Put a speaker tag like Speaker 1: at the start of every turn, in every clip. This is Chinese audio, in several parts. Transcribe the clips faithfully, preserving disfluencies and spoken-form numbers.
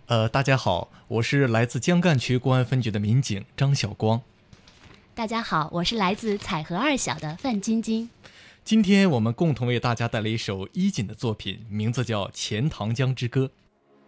Speaker 1: 呃，大家好，我是来自江干区公安分局的民警张晓光。
Speaker 2: 大家好，我是来自彩河二小的范晶晶。
Speaker 1: 今天我们共同为大家带来一首衣锦的作品，名字叫《钱塘江之歌》。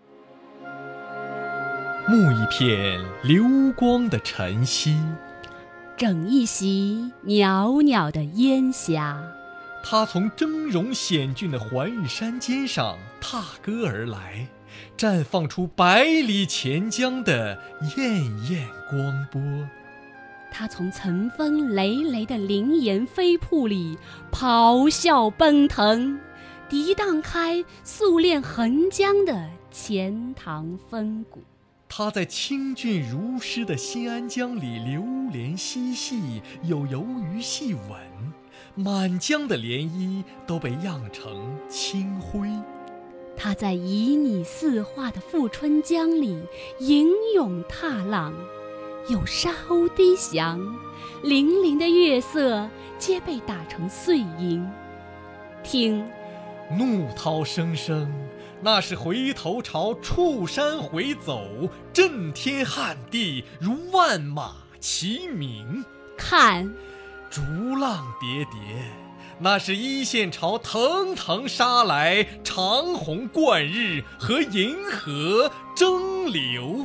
Speaker 1: 沐一片流光的晨曦，
Speaker 2: 整一袭袅袅的烟霞。
Speaker 1: 他从峥嵘险峻的环玉山尖上踏歌而来，绽放出百里钱江的艳艳光波。
Speaker 2: 他从层峰累累的灵岩飞瀑里咆哮奔腾，涤荡开素练横江的钱塘风骨。
Speaker 1: 他在清俊如诗的新安江里流连嬉戏，有游鱼戏吻，满江的涟漪都被漾成清辉。
Speaker 2: 他在旖旎似画的富春江里吟咏踏浪，有沙鸥低翔，粼粼的月色皆被打成碎银。听，
Speaker 1: 怒涛声声，那是回头潮触山回走，震天撼地，如万马齐鸣。
Speaker 2: 看，
Speaker 1: 逐浪叠叠，那是一线潮腾腾杀来，长虹贯日，和银河争流。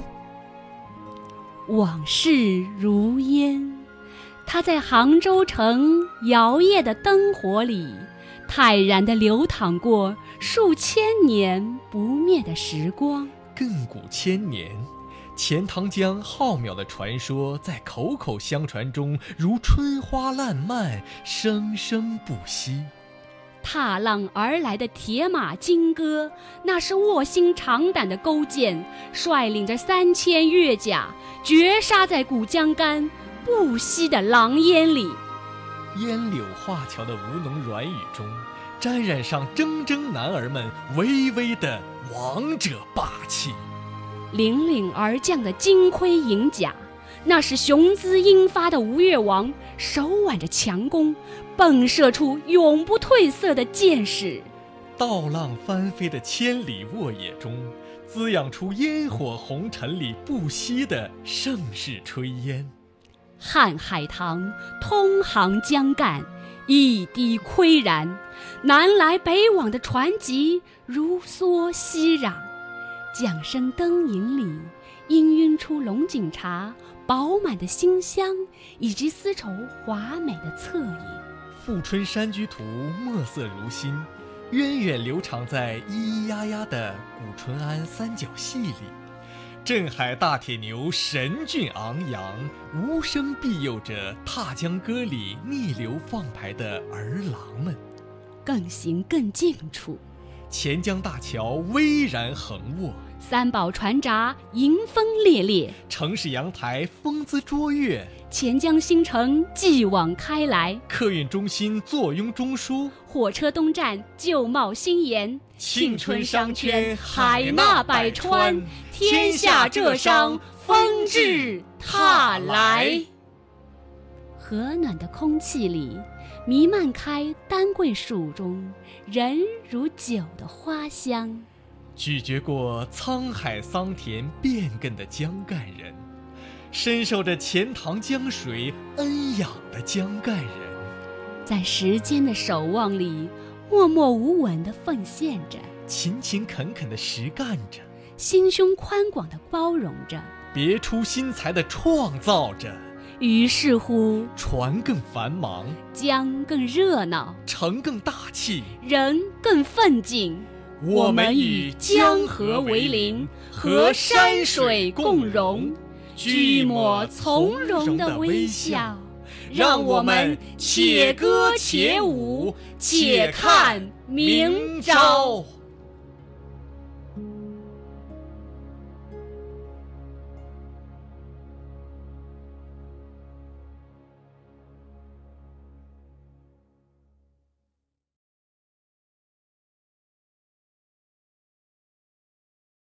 Speaker 2: 往事如烟，它在杭州城摇曳的灯火里泰然地流淌过数千年不灭的时光。
Speaker 1: 亘古千年，钱塘江浩渺的传说在口口相传中如春花烂漫，生生不息。
Speaker 2: 踏浪而来的铁马金戈，那是卧薪尝胆的勾践，率领着三千越甲绝杀在古江干不息的狼烟里。
Speaker 1: 烟柳画桥的吴侬软语中，沾染上铮铮男儿们巍巍的王者霸气。
Speaker 2: 凛凛而降的金盔银甲，那是雄姿英发的吴越王手挽着强弓，迸射出永不褪色的箭矢。
Speaker 1: 倒浪翻飞的千里沃野中，滋养出烟火红尘里不息的盛世炊烟。
Speaker 2: 瀚海棠通航江干，一滴岿然，南来北往的船籍如梭熙攘。桨声灯影里氤氲出龙井茶饱满的馨香，以及丝绸华美的侧影。
Speaker 1: 富春山居图墨色如新，源远流长在咿咿呀呀的古淳安三角戏里。镇海大铁牛神俊昂扬，无声庇佑着踏江歌里逆流放排的儿郎们。
Speaker 2: 更行更近处，
Speaker 1: 钱江大桥巍然横卧，
Speaker 2: 三宝船闸迎风烈烈，
Speaker 1: 城市阳台风姿卓越，
Speaker 2: 钱江新城继往开来，
Speaker 1: 客运中心坐拥中枢，
Speaker 2: 火车东站旧貌新颜，
Speaker 1: 庆春商圈
Speaker 2: 海纳百川，天下浙商纷至沓来。和暖的空气里弥漫开丹桂树中人如酒的花香。
Speaker 1: 咀嚼过沧海桑田变亘的江干人，深受着钱塘江水恩养的江干人，
Speaker 2: 在时间的守望里默默无闻地奉献着，
Speaker 1: 勤勤恳恳地实干着，
Speaker 2: 心胸宽广地包容着，
Speaker 1: 别出心裁地创造着。
Speaker 2: 于是乎，
Speaker 1: 船更繁忙，
Speaker 2: 江更热闹，
Speaker 1: 城更大气，
Speaker 2: 人更奋进。
Speaker 1: 我们与江河为邻，和山水共荣，
Speaker 2: 聚抹从容的微笑。
Speaker 1: 让我们且歌且舞，且看明朝。